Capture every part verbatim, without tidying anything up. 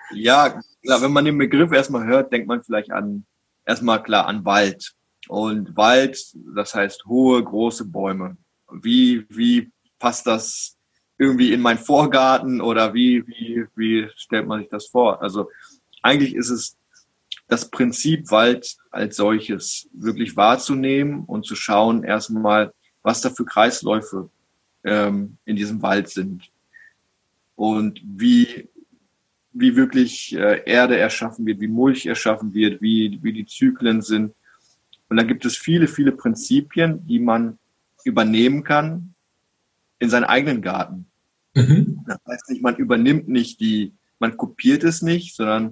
Ja, klar, wenn man den Begriff erstmal hört, denkt man vielleicht an, erstmal klar an Wald. Und Wald, das heißt hohe, große Bäume. Wie, wie passt das irgendwie in meinen Vorgarten oder wie, wie, wie stellt man sich das vor? Also eigentlich ist es das Prinzip Wald als solches wirklich wahrzunehmen und zu schauen erstmal, was da für Kreisläufe ähm, in diesem Wald sind und wie wie wirklich äh, Erde erschaffen wird, wie Mulch erschaffen wird, wie, wie die Zyklen sind. Und da gibt es viele, viele Prinzipien, die man übernehmen kann in seinen eigenen Garten. Mhm. Das heißt nicht, man übernimmt nicht die, man kopiert es nicht, sondern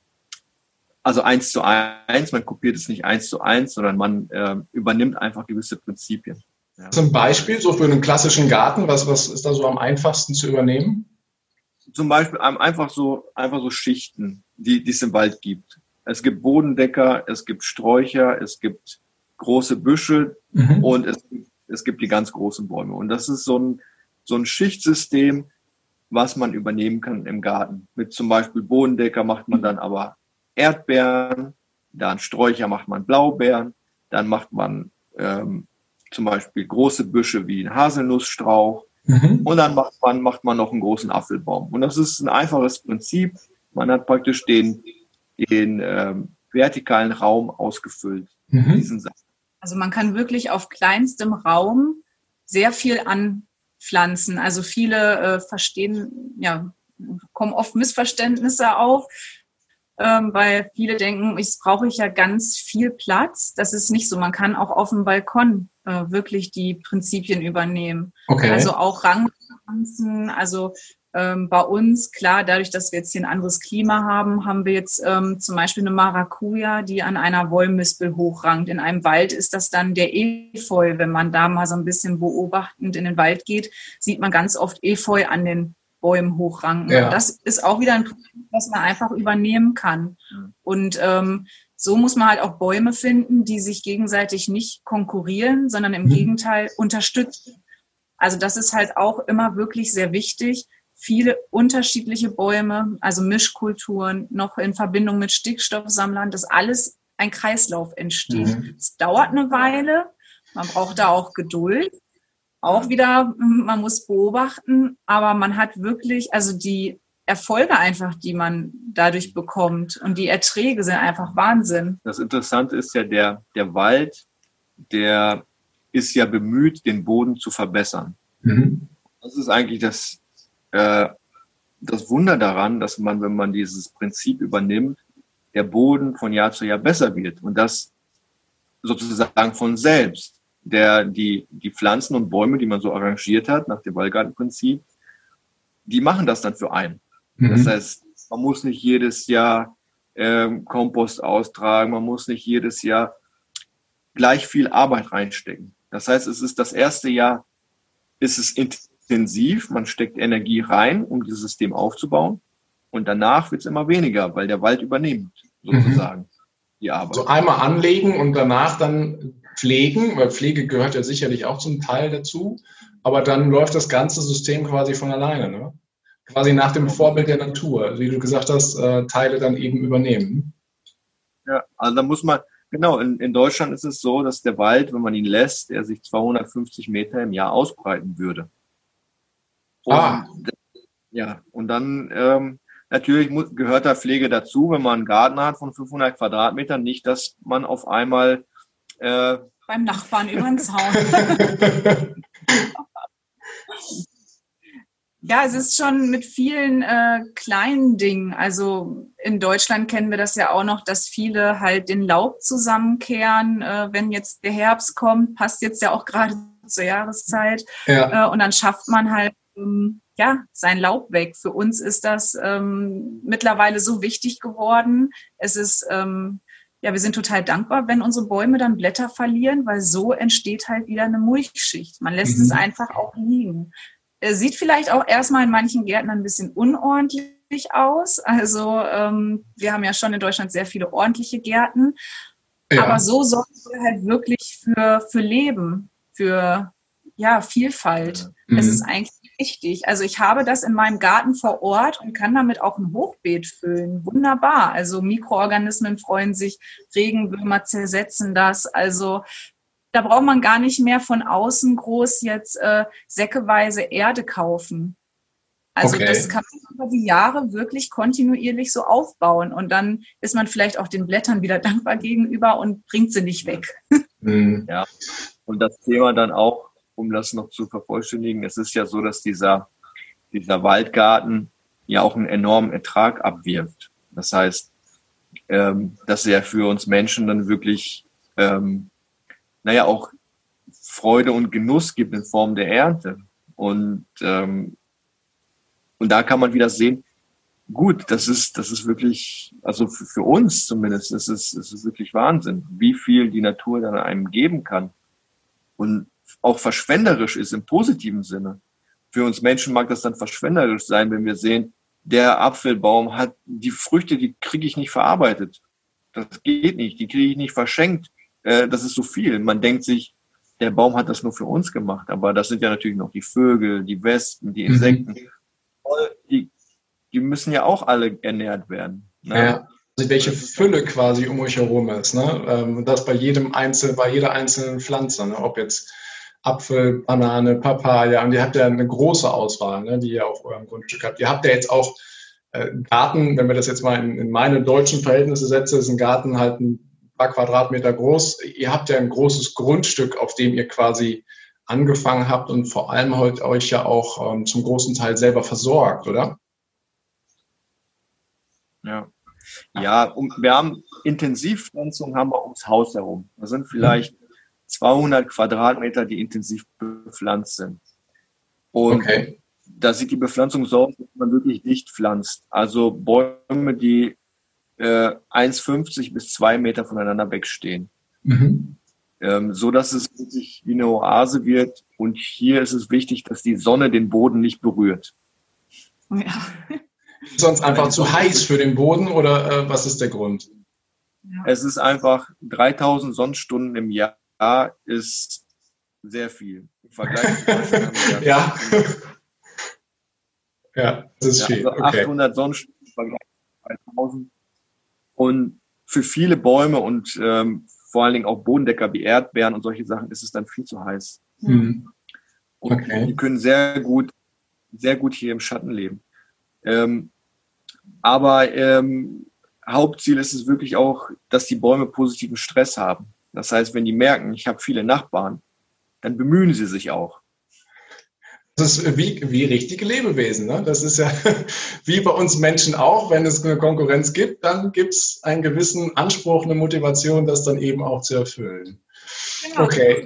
also eins zu eins, man kopiert es nicht eins zu eins, sondern man äh, übernimmt einfach gewisse Prinzipien. Ja. Zum Beispiel so für einen klassischen Garten, was, was ist da so am einfachsten zu übernehmen? Zum Beispiel einfach so, einfach so Schichten, die, die es im Wald gibt. Es gibt Bodendecker, es gibt Sträucher, es gibt große Büsche mhm. und es, es gibt die ganz großen Bäume. Und das ist so ein, so ein Schichtsystem, was man übernehmen kann im Garten. Mit zum Beispiel Bodendecker macht man dann aber Erdbeeren, dann Sträucher macht man Blaubeeren, dann macht man ähm, zum Beispiel große Büsche wie ein Haselnussstrauch. Mhm. Und dann macht man, macht man noch einen großen Apfelbaum. Und das ist ein einfaches Prinzip. Man hat praktisch den, den ähm, vertikalen Raum ausgefüllt. Mhm. Diesen also man kann wirklich auf kleinstem Raum sehr viel anpflanzen. Also viele äh, verstehen, ja, kommen oft Missverständnisse auf, ähm, weil viele denken, ich brauche ich ja ganz viel Platz. Das ist nicht so. Man kann auch auf dem Balkon äh, wirklich die Prinzipien übernehmen. Okay. Also auch Rangpflanzen, also ähm, bei uns, klar, dadurch, dass wir jetzt hier ein anderes Klima haben, haben wir jetzt ähm, zum Beispiel eine Maracuja, die an einer Wollmispel hochrankt. In einem Wald ist das dann der Efeu. Wenn man da mal so ein bisschen beobachtend in den Wald geht, sieht man ganz oft Efeu an den Bäumen hochranken. Ja. Das ist auch wieder ein Prinzip, was man einfach übernehmen kann. Und ähm, so muss man halt auch Bäume finden, die sich gegenseitig nicht konkurrieren, sondern im mhm. Gegenteil unterstützen. Also das ist halt auch immer wirklich sehr wichtig. Viele unterschiedliche Bäume, also Mischkulturen, noch in Verbindung mit Stickstoffsammlern, dass alles ein Kreislauf entsteht. Es mhm. dauert eine Weile, man braucht da auch Geduld. Auch wieder, man muss beobachten, aber man hat wirklich, also die Erfolge einfach, die man dadurch bekommt und die Erträge sind einfach Wahnsinn. Das Interessante ist ja, der, der Wald, der ist ja bemüht, den Boden zu verbessern. Mhm. Das ist eigentlich das, äh, das Wunder daran, dass man, wenn man dieses Prinzip übernimmt, der Boden von Jahr zu Jahr besser wird und das sozusagen von selbst. Der, die, die Pflanzen und Bäume, die man so arrangiert hat, nach dem Waldgartenprinzip, die machen das dann für einen. Mhm. Das heißt, man muss nicht jedes Jahr ähm, Kompost austragen, man muss nicht jedes Jahr gleich viel Arbeit reinstecken. Das heißt, es ist das erste Jahr, ist es intensiv, man steckt Energie rein, um dieses System aufzubauen und danach wird es immer weniger, weil der Wald übernimmt, sozusagen, mhm. die Arbeit. So einmal anlegen und danach dann pflegen, weil Pflege gehört ja sicherlich auch zum Teil dazu, aber dann läuft das ganze System quasi von alleine, ne? Quasi nach dem Vorbild der Natur, wie du gesagt hast, äh, Teile dann eben übernehmen. Ja, also da muss man, genau, in, in Deutschland ist es so, dass der Wald, wenn man ihn lässt, der sich zweihundertfünfzig Meter im Jahr ausbreiten würde. Und, ah. Ja, und dann ähm, natürlich muss, gehört da Pflege dazu, wenn man einen Garten hat von fünfhundert Quadratmetern, nicht, dass man auf einmal Äh, beim Nachbarn über den Zaun. Ja, es ist schon mit vielen äh, kleinen Dingen. Also in Deutschland kennen wir das ja auch noch, dass viele halt den Laub zusammenkehren, äh, wenn jetzt der Herbst kommt, passt jetzt ja auch gerade zur Jahreszeit. Ja. Äh, und dann schafft man halt ähm, ja sein Laub weg. Für uns ist das ähm, mittlerweile so wichtig geworden. Es ist ähm, Ja, wir sind total dankbar, wenn unsere Bäume dann Blätter verlieren, weil so entsteht halt wieder eine Mulchschicht. Man lässt mhm. es einfach auch liegen. Sieht vielleicht auch erstmal in manchen Gärten ein bisschen unordentlich aus. Also ähm, wir haben ja schon in Deutschland sehr viele ordentliche Gärten. Ja. Aber so sorgen wir halt wirklich für, für Leben, für ja, Vielfalt. Mhm. Es ist eigentlich Richtig. Also ich habe das in meinem Garten vor Ort und kann damit auch ein Hochbeet füllen. Wunderbar. Also Mikroorganismen freuen sich, Regenwürmer zersetzen das. Also da braucht man gar nicht mehr von außen groß jetzt äh, säckeweise Erde kaufen. Also okay. Das kann man über die Jahre wirklich kontinuierlich so aufbauen. Und dann ist man vielleicht auch den Blättern wieder dankbar gegenüber und bringt sie nicht weg. Mhm. Ja. Und das Thema dann auch, um das noch zu vervollständigen, es ist ja so, dass dieser, dieser Waldgarten ja auch einen enormen Ertrag abwirft. Das heißt, ähm, dass er für uns Menschen dann wirklich, ähm, naja, auch Freude und Genuss gibt in Form der Ernte. Und, ähm, und da kann man wieder sehen, gut, das ist, das ist wirklich, also für, für uns zumindest, das ist, das ist wirklich Wahnsinn, wie viel die Natur dann einem geben kann. Und auch verschwenderisch ist im positiven Sinne. Für uns Menschen mag das dann verschwenderisch sein, wenn wir sehen, der Apfelbaum hat die Früchte, die kriege ich nicht verarbeitet. Das geht nicht, die kriege ich nicht verschenkt. Äh, das ist so viel. Man denkt sich, der Baum hat das nur für uns gemacht, aber das sind ja natürlich noch die Vögel, die Wespen, die Insekten. Mhm. Die, die müssen ja auch alle ernährt werden. Ne? Ja. Also welche Fülle quasi um euch herum ist. Ne? Ähm, das bei jedem einzelnen, bei jeder einzelnen Pflanze, ne? Ob jetzt Apfel, Banane, Papaya, und ihr habt ja eine große Auswahl, ne, die ihr auf eurem Grundstück habt. Ihr habt ja jetzt auch äh, Garten, wenn wir das jetzt mal in, in meine deutschen Verhältnisse setzen, ist ein Garten halt ein paar Quadratmeter groß. Ihr habt ja ein großes Grundstück, auf dem ihr quasi angefangen habt und vor allem heute euch ja auch ähm, zum großen Teil selber versorgt, oder? Ja. Ja, und wir haben Intensivpflanzung haben wir ums Haus herum. Das sind vielleicht zweihundert Quadratmeter, die intensiv bepflanzt sind. Und okay. Da sieht die Bepflanzung so aus, dass man wirklich dicht pflanzt. Also Bäume, die äh, eins Komma fünfzig bis zwei Meter voneinander wegstehen. Mhm. Ähm, so dass es wirklich wie eine Oase wird. Und hier ist es wichtig, dass die Sonne den Boden nicht berührt. Ja. Sonst einfach zu heiß für den Boden oder äh, was ist der Grund? Es ist einfach dreitausend Sonnenstunden im Jahr ist sehr viel. Im Vergleich zu Deutschland haben wir ja. Ja, das ist ja, viel. Also okay. achthundert Sonnenstunden im Vergleich zu dreitausend. Und für viele Bäume und ähm, vor allen Dingen auch Bodendecker wie Erdbeeren und solche Sachen ist es dann viel zu heiß. Mhm. Und okay. Die können sehr gut, sehr gut hier im Schatten leben. Ähm, aber ähm, Hauptziel ist es wirklich auch, dass die Bäume positiven Stress haben. Das heißt, wenn die merken, ich habe viele Nachbarn, dann bemühen sie sich auch. Das ist wie, wie richtige Lebewesen. Ne? Das ist ja wie bei uns Menschen auch. Wenn es eine Konkurrenz gibt, dann gibt es einen gewissen Anspruch, eine Motivation, das dann eben auch zu erfüllen. Genau. Okay.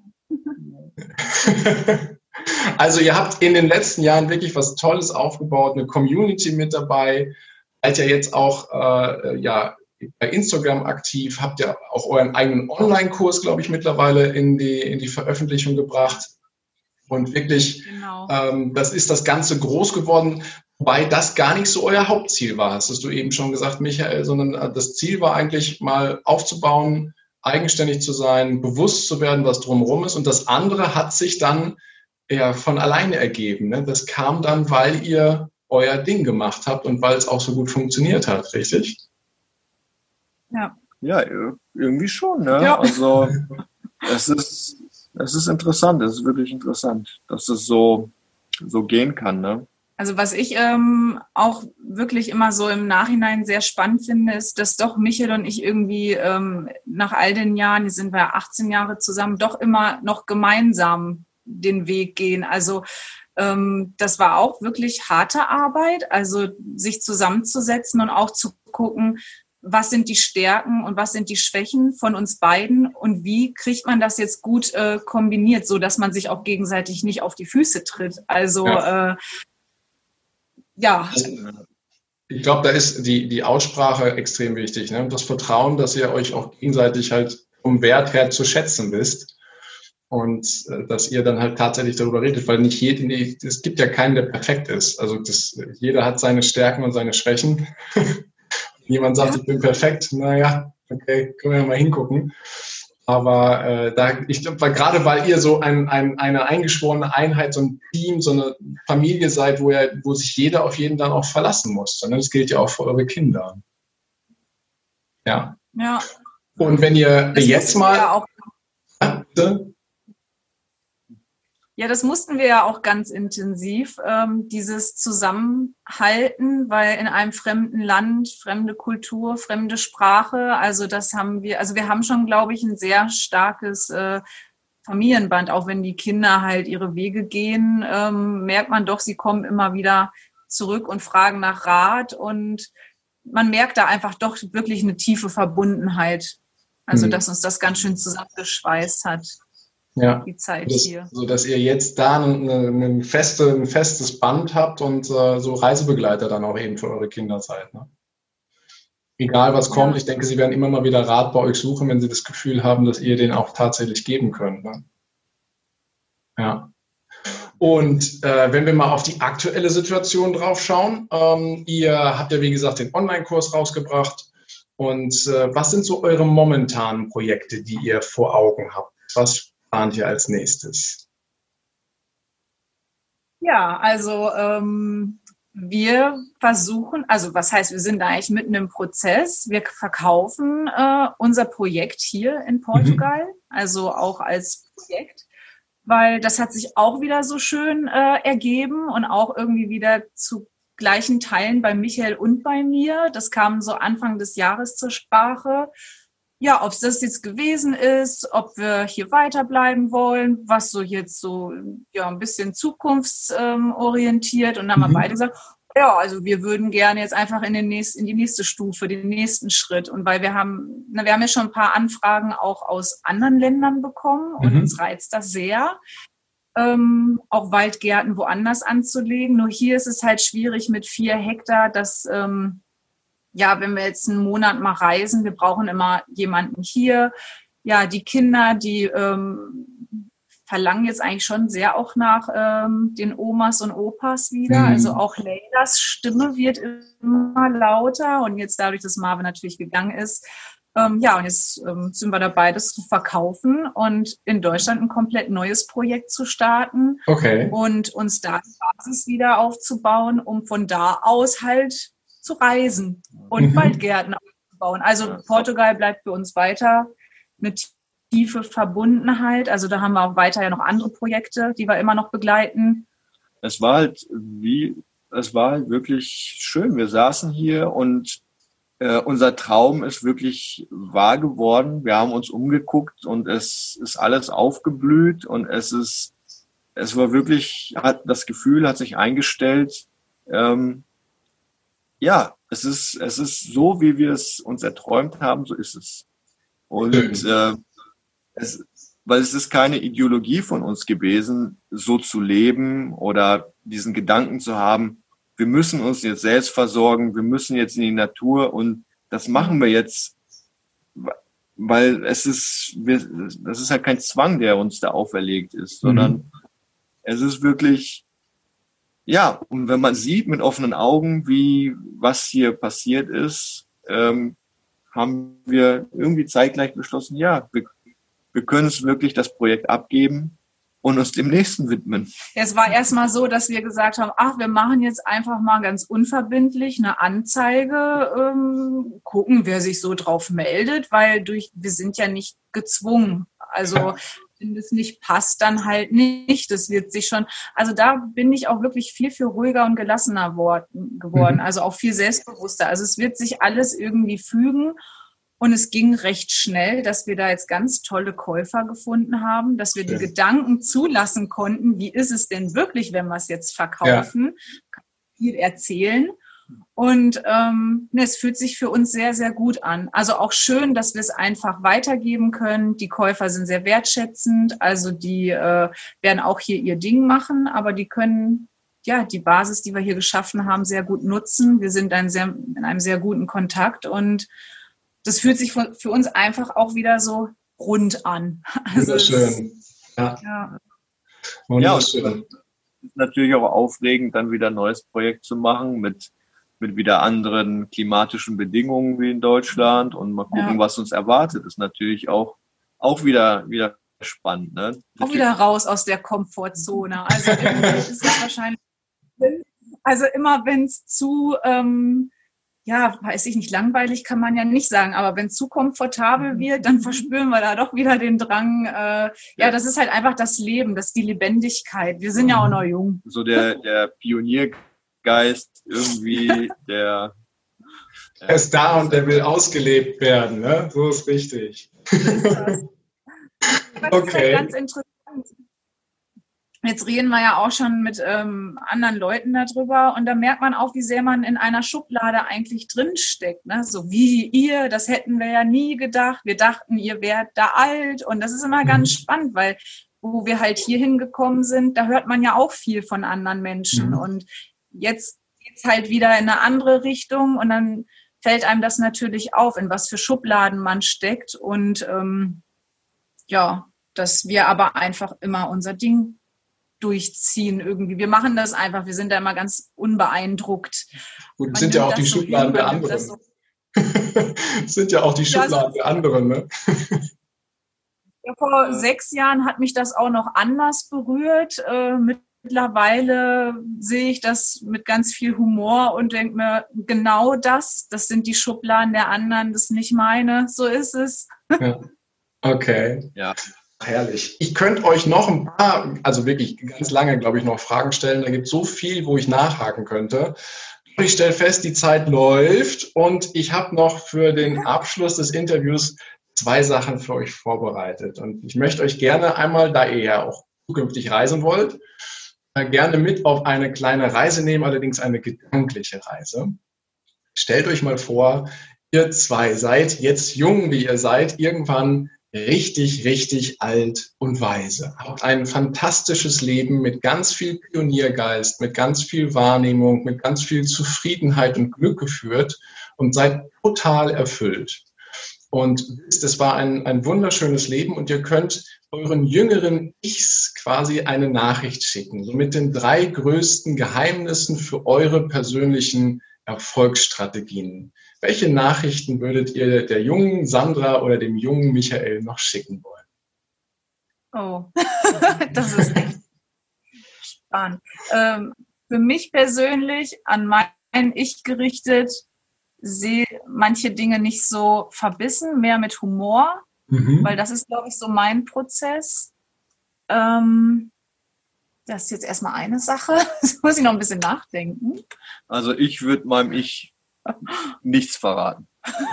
Also ihr habt in den letzten Jahren wirklich was Tolles aufgebaut, eine Community mit dabei. Seid ja jetzt auch äh, ja, bei Instagram aktiv, habt ihr auch euren eigenen Online-Kurs, glaube ich, mittlerweile in die, in die Veröffentlichung gebracht. Und wirklich, genau. ähm, das ist das Ganze groß geworden, wobei das gar nicht so euer Hauptziel war, hast du eben schon gesagt, Michael, sondern das Ziel war eigentlich mal aufzubauen, eigenständig zu sein, bewusst zu werden, was drumherum ist. Und das andere hat sich dann ja von alleine ergeben. Ne? Das kam dann, weil ihr euer Ding gemacht habt und weil es auch so gut funktioniert hat, richtig? Ja. Ja, irgendwie schon. Ne? Ja. Also es ist, es ist interessant, es ist wirklich interessant, dass es so, so gehen kann. Ne? Also was ich ähm, auch wirklich immer so im Nachhinein sehr spannend finde, ist, dass doch Michael und ich irgendwie ähm, nach all den Jahren, die sind wir ja achtzehn Jahre zusammen, doch immer noch gemeinsam den Weg gehen. Also ähm, das war auch wirklich harte Arbeit, also sich zusammenzusetzen und auch zu gucken, was sind die Stärken und was sind die Schwächen von uns beiden und wie kriegt man das jetzt gut äh, kombiniert, so dass man sich auch gegenseitig nicht auf die Füße tritt. Also ja. Äh, ja. Ich glaube, da ist die, die Aussprache extrem wichtig. Ne? Das Vertrauen, dass ihr euch auch gegenseitig halt vom Wert her zu schätzen wisst. Und äh, dass ihr dann halt tatsächlich darüber redet, weil nicht jeder, es gibt ja keinen, der perfekt ist. Also das, jeder hat seine Stärken und seine Schwächen. Jemand sagt, ich bin perfekt, naja, okay, können wir ja mal hingucken. Aber äh, da, ich glaube, gerade weil ihr so ein, ein, eine eingeschworene Einheit, so ein Team, so eine Familie seid, wo, ihr, wo sich jeder auf jeden dann auch verlassen muss. Und das gilt ja auch für eure Kinder. Ja. Ja. Und wenn ihr Das jetzt mussten wir mal... ja auch, Ja, bitte? ja, das mussten wir ja auch ganz intensiv, ähm, dieses Zusammenhalten, weil in einem fremden Land, fremde Kultur, fremde Sprache, also das haben wir, also wir haben schon, glaube ich, ein sehr starkes äh, Familienband, auch wenn die Kinder halt ihre Wege gehen, ähm, merkt man doch, sie kommen immer wieder zurück und fragen nach Rat und man merkt da einfach doch wirklich eine tiefe Verbundenheit, also Mhm. dass uns das ganz schön zusammengeschweißt hat. Ja, Die Zeit das, hier. so dass ihr jetzt da eine, eine feste, ein festes Band habt und äh, so Reisebegleiter dann auch eben für eure Kinder seid. Ne? Egal was kommt, Ja. ich denke, sie werden immer mal wieder Rat bei euch suchen, wenn sie das Gefühl haben, dass ihr den auch tatsächlich geben könnt. Ne? Ja. Und äh, wenn wir mal auf die aktuelle Situation drauf schauen, ähm, ihr habt ja wie gesagt den Online-Kurs rausgebracht. Und äh, was sind so eure momentanen Projekte, die ihr vor Augen habt? Was plant ihr als nächstes? Ja, also ähm, wir versuchen, also was heißt, wir sind da eigentlich mitten im Prozess. Wir verkaufen äh, unser Projekt hier in Portugal, mhm. also auch als Projekt, weil das hat sich auch wieder so schön äh, ergeben und auch irgendwie wieder zu gleichen Teilen bei Michael und bei mir. Das kam so Anfang des Jahres zur Sprache. Ja, ob es das jetzt gewesen ist, ob wir hier weiterbleiben wollen, was so jetzt so ja ein bisschen zukunftsorientiert. Und dann haben mhm. wir beide gesagt, ja, also wir würden gerne jetzt einfach in den nächsten, in die nächste Stufe, den nächsten Schritt. Und weil wir haben, na, wir haben ja schon ein paar Anfragen auch aus anderen Ländern bekommen und mhm. uns reizt das sehr, ähm, auch Waldgärten woanders anzulegen. Nur hier ist es halt schwierig mit vier Hektar, dass ähm, ja, wenn wir jetzt einen Monat mal reisen, wir brauchen immer jemanden hier. Ja, die Kinder, die ähm, verlangen jetzt eigentlich schon sehr auch nach ähm, den Omas und Opas wieder. Mhm. Also auch Leylas Stimme wird immer lauter. Und jetzt dadurch, dass Marvin natürlich gegangen ist, ähm, ja, und jetzt ähm, sind wir dabei, das zu verkaufen und in Deutschland ein komplett neues Projekt zu starten. Okay. Und uns da die Basis wieder aufzubauen, um von da aus halt zu reisen und mhm. Waldgärten aufzubauen. Also Portugal bleibt für uns weiter eine tiefe Verbundenheit. Also da haben wir auch weiter ja noch andere Projekte, die wir immer noch begleiten. Es war halt wie, es war halt wirklich schön. Wir saßen hier und äh, unser Traum ist wirklich wahr geworden. Wir haben uns umgeguckt und es ist alles aufgeblüht und es ist, es war wirklich, hat das Gefühl hat sich eingestellt, ähm, ja, es ist, es ist so, wie wir es uns erträumt haben, so ist es. Und äh, es, weil es ist keine Ideologie von uns gewesen, so zu leben oder diesen Gedanken zu haben, wir müssen uns jetzt selbst versorgen, wir müssen jetzt in die Natur und das machen wir jetzt, weil es ist, wir, das ist halt kein Zwang, der uns da auferlegt ist, sondern mhm. es ist wirklich, ja, und wenn man sieht mit offenen Augen, wie was hier passiert ist, ähm, haben wir irgendwie zeitgleich beschlossen, ja, wir, wir können es wirklich das Projekt abgeben und uns dem nächsten widmen. Es war erstmal so, dass wir gesagt haben, ach, wir machen jetzt einfach mal ganz unverbindlich eine Anzeige, ähm, gucken, wer sich so drauf meldet, weil durch wir sind ja nicht gezwungen. Also wenn es nicht passt, dann halt nicht. Das wird sich schon, also da bin ich auch wirklich viel, viel ruhiger und gelassener geworden, also auch viel selbstbewusster. Also es wird sich alles irgendwie fügen und es ging recht schnell, dass wir da jetzt ganz tolle Käufer gefunden haben, dass wir die ja. Gedanken zulassen konnten, wie ist es denn wirklich, wenn wir es jetzt verkaufen, ja. kann viel erzählen. Und ähm, es fühlt sich für uns sehr, sehr gut an. Also auch schön, dass wir es einfach weitergeben können. Die Käufer sind sehr wertschätzend. Also die äh, werden auch hier ihr Ding machen, aber die können ja die Basis, die wir hier geschaffen haben, sehr gut nutzen. Wir sind ein sehr, in einem sehr guten Kontakt und das fühlt sich für, für uns einfach auch wieder so rund an. Also wunderschön. Es, ja. Ja. Wunderschön. Ja, und es ist natürlich auch aufregend, dann wieder ein neues Projekt zu machen mit mit wieder anderen klimatischen Bedingungen wie in Deutschland und mal gucken, ja. was uns erwartet. Ist natürlich auch auch wieder, wieder spannend. Ne? Auch wieder raus aus der Komfortzone. Also irgendwie ist es wahrscheinlich, also immer wenn es zu, ähm, ja, weiß ich nicht, langweilig kann man ja nicht sagen, aber wenn es zu komfortabel wird, dann verspüren wir da doch wieder den Drang. Äh, ja, das ist halt einfach das Leben, das ist die Lebendigkeit. Wir sind ja auch noch jung. So der, der Pioniergeist irgendwie, der... Er ist da und der will ausgelebt werden, ne? So ist richtig. Das ist das. Das Okay. ist halt ganz interessant. Jetzt reden wir ja auch schon mit ähm, anderen Leuten darüber und da merkt man auch, wie sehr man in einer Schublade eigentlich drinsteckt. Ne? So wie ihr, das hätten wir ja nie gedacht. Wir dachten, ihr wärt da alt und das ist immer ganz spannend, weil wo wir halt hier hingekommen sind, da hört man ja auch viel von anderen Menschen Mhm. und jetzt geht's halt wieder in eine andere Richtung und dann fällt einem das natürlich auf, in was für Schubladen man steckt und ähm, ja, dass wir aber einfach immer unser Ding durchziehen irgendwie. Wir machen das einfach, wir sind da immer ganz unbeeindruckt. Gut, Man sind ja nimmt auch die das so Schubladen hin, der man nimmt anderen. das so- sind ja auch die Ja, Schubladen so- der anderen, ne? Ja, vor sechs Jahren hat mich das auch noch anders berührt. Äh, mittlerweile sehe ich das mit ganz viel Humor und denke mir, genau das, das sind die Schubladen der anderen, das ist nicht meine. So ist es. Ja. Okay. Ja. Herrlich. Ich könnte euch noch ein paar, also wirklich ganz lange, glaube ich, noch Fragen stellen. Da gibt es so viel, wo ich nachhaken könnte. Ich stelle fest, die Zeit läuft und ich habe noch für den Abschluss des Interviews zwei Sachen für euch vorbereitet. Und ich möchte euch gerne einmal, da ihr ja auch zukünftig reisen wollt, gerne mit auf eine kleine Reise nehmen, allerdings eine gedankliche Reise. Stellt euch mal vor, ihr zwei seid jetzt jung, wie ihr seid, irgendwann richtig, richtig alt und weise. Habt ein fantastisches Leben mit ganz viel Pioniergeist, mit ganz viel Wahrnehmung, mit ganz viel Zufriedenheit und Glück geführt und seid total erfüllt. Und es war ein, ein wunderschönes Leben und ihr könnt euren jüngeren Ichs quasi eine Nachricht schicken, so mit den drei größten Geheimnissen für eure persönlichen Erfolgsstrategien. Welche Nachrichten würdet ihr der jungen Sandra oder dem jungen Michael noch schicken wollen? Oh, das ist echt spannend. Ähm, für mich persönlich, an mein Ich gerichtet, sehe manche Dinge nicht so verbissen, mehr mit Humor, Mhm. weil das ist, glaube ich, so mein Prozess. Ähm, das ist jetzt erstmal eine Sache. Das muss ich noch ein bisschen nachdenken. Also ich würde meinem Ich nichts verraten.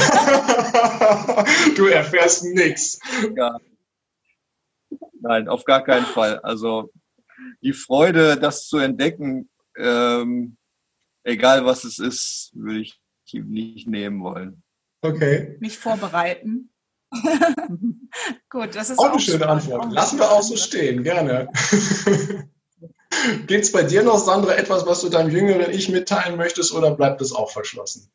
Du erfährst nichts. Ja. Nein, auf gar keinen Fall. Also die Freude, das zu entdecken, ähm, egal was es ist, würde ich nicht nehmen wollen. Okay. Mich vorbereiten. Gut, das ist Auch auch eine schöne spannend. Antwort. Auch Lassen wir auch so stehen, gerne. Gibt es bei dir noch, Sandra, etwas, was du deinem jüngeren Ich mitteilen möchtest oder bleibt es auch verschlossen?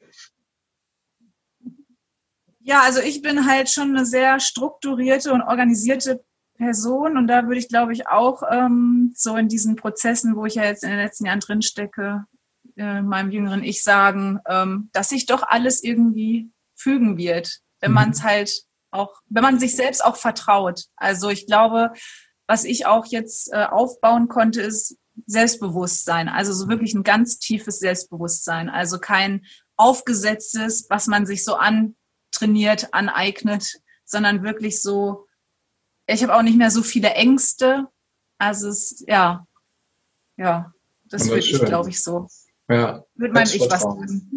Ja, also ich bin halt schon eine sehr strukturierte und organisierte Person und da würde ich, glaube ich, auch ähm, so in diesen Prozessen, wo ich ja jetzt in den letzten Jahren drin stecke, äh, meinem jüngeren Ich sagen, ähm, dass sich doch alles irgendwie fügen wird, wenn Mhm. man es halt auch, wenn man sich selbst auch vertraut. Also ich glaube, was ich auch jetzt äh, aufbauen konnte, ist Selbstbewusstsein. Also so wirklich ein ganz tiefes Selbstbewusstsein. Also kein aufgesetztes, was man sich so antrainiert, aneignet, sondern wirklich so, ich habe auch nicht mehr so viele Ängste. Also es, ja, ja, das würde ich, Wunderschön. glaube ich, so. Ja, Würde meinem Ich was Selbstvertrauen.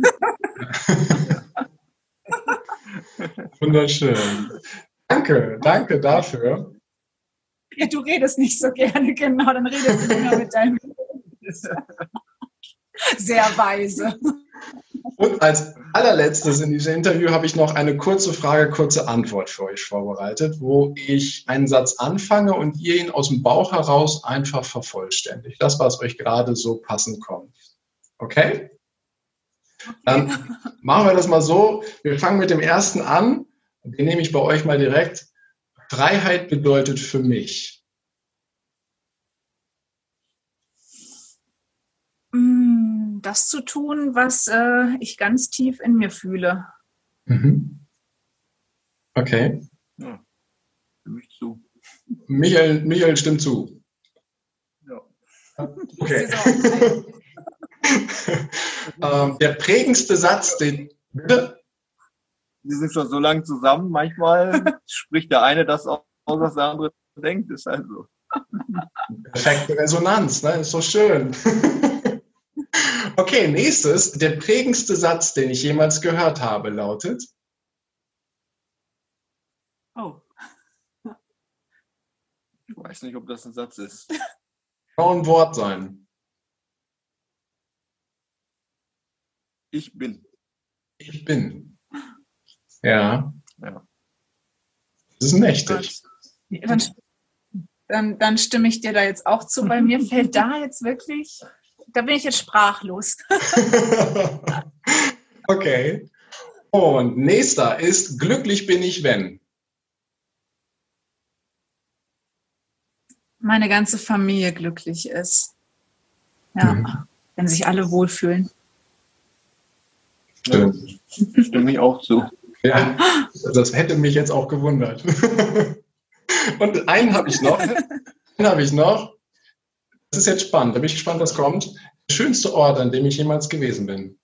sagen. Wunderschön. Danke, danke dafür. Ja, du redest nicht so gerne, genau, dann redest du immer mit deinem sehr weise. Und als allerletztes in diesem Interview habe ich noch eine kurze Frage, kurze Antwort für euch vorbereitet, wo ich einen Satz anfange und ihr ihn aus dem Bauch heraus einfach vervollständigt. Das, was euch gerade so passend kommt. Okay? Dann machen wir das mal so. Wir fangen mit dem ersten an. Den nehme ich bei euch mal direkt. Freiheit bedeutet für mich. Das zu tun, was äh, ich ganz tief in mir fühle. Mhm. Okay. Ja. Stimme ich zu. Michael, Michael stimmt zu. Ja. Okay. ähm, der prägendste Satz, den... Bitte? Die sind schon so lange zusammen, manchmal spricht der eine das aus, was der andere denkt, ist halt so. Perfekte Resonanz, ne? Ist so schön. Okay, nächstes. Der prägendste Satz, den ich jemals gehört habe, lautet? Oh. Ich weiß nicht, ob das ein Satz ist. Kann ein Wort sein. Ich bin. Ich bin. Ja. Ja. Das ist mächtig. Dann, dann, dann stimme ich dir da jetzt auch zu. Bei mir fällt da jetzt wirklich, da bin ich jetzt sprachlos. Okay. Und nächster ist, glücklich bin ich, wenn? Meine ganze Familie glücklich ist. Ja, mhm. Wenn sich alle wohlfühlen. Stimmt. Stimme ich auch zu. Ja, das hätte mich jetzt auch gewundert. Und einen habe ich noch. Einen habe ich noch. Das ist jetzt spannend. Da bin ich gespannt, was kommt. Der schönste Ort, an dem ich jemals gewesen bin.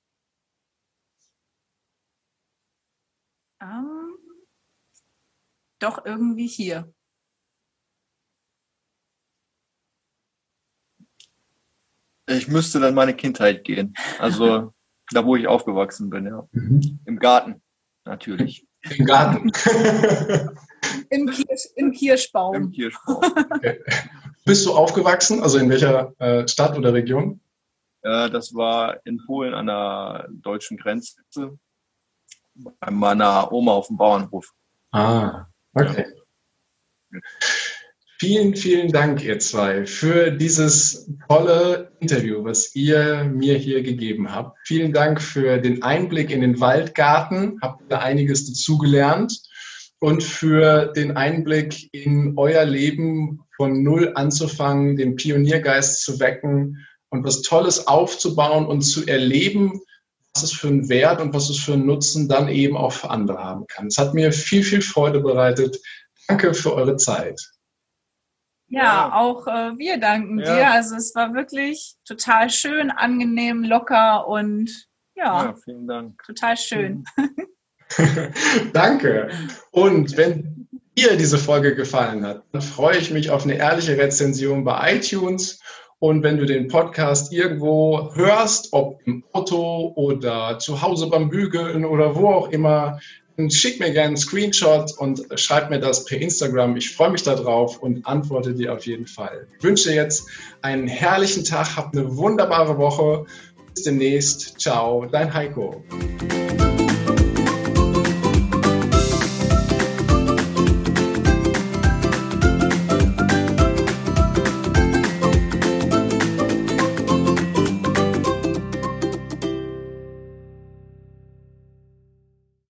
Um, doch irgendwie hier. Ich müsste dann meine Kindheit gehen. Also da, wo ich aufgewachsen bin, ja. Mhm. Im Garten, natürlich. Im Garten. Im, Kirsch, Im Kirschbaum. Im Kirschbaum. Okay. Bist du aufgewachsen? Also in welcher äh, Stadt oder Region? Äh, das war in Polen an der deutschen Grenze. Bei meiner Oma auf dem Bauernhof. Ah, okay. Ja. Vielen, vielen Dank, ihr zwei, für dieses tolle Interview, was ihr mir hier gegeben habt. Vielen Dank für den Einblick in den Waldgarten. Habt da einiges dazugelernt. Und für den Einblick in euer Leben, von Null anzufangen, den Pioniergeist zu wecken und was Tolles aufzubauen und zu erleben, was es für einen Wert und was es für einen Nutzen dann eben auch für andere haben kann. Es hat mir viel, viel Freude bereitet. Danke für eure Zeit. Ja, ja, auch äh, wir danken ja. dir. Also es war wirklich total schön, angenehm, locker und ja, ja vielen Dank. Total schön. Danke. Und wenn dir diese Folge gefallen hat, dann freue ich mich auf eine ehrliche Rezension bei iTunes. Und wenn du den Podcast irgendwo hörst, ob im Auto oder zu Hause beim Bügeln oder wo auch immer, schick mir gerne einen Screenshot und schreib mir das per Instagram. Ich freue mich darauf und antworte dir auf jeden Fall. Ich wünsche dir jetzt einen herrlichen Tag, hab eine wunderbare Woche. Bis demnächst. Ciao, dein Heiko.